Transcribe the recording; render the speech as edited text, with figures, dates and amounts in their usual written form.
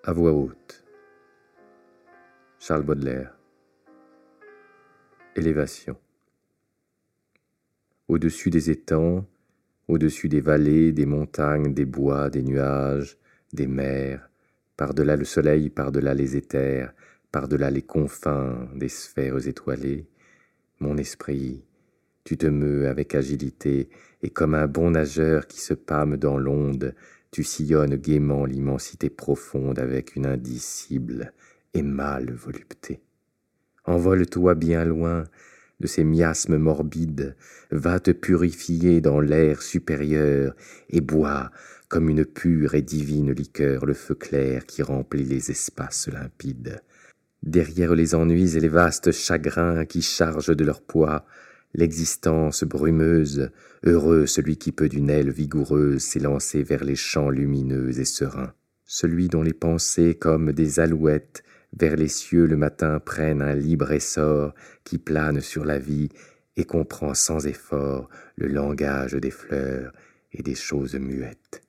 À voix haute. Charles Baudelaire. Élévation. Au-dessus des étangs, au-dessus des vallées, des montagnes, des bois, des nuages, des mers, par-delà le soleil, par-delà les éthers, par-delà les confins des sphères étoilées, mon esprit, tu te meus avec agilité, et comme un bon nageur qui se pâme dans l'onde, tu sillonnes gaiement l'immensité profonde avec une indicible et mâle volupté. Envole-toi bien loin de ces miasmes morbides, va te purifier dans l'air supérieur et bois comme une pure et divine liqueur le feu clair qui remplit les espaces limpides. Derrière les ennuis et les vastes chagrins qui chargent de leur poids l'existence brumeuse, heureux celui qui peut d'une aile vigoureuse s'élancer vers les champs lumineux et sereins. Celui dont les pensées, comme des alouettes, vers les cieux le matin prennent un libre essor qui plane sur la vie et comprend sans effort le langage des fleurs et des choses muettes.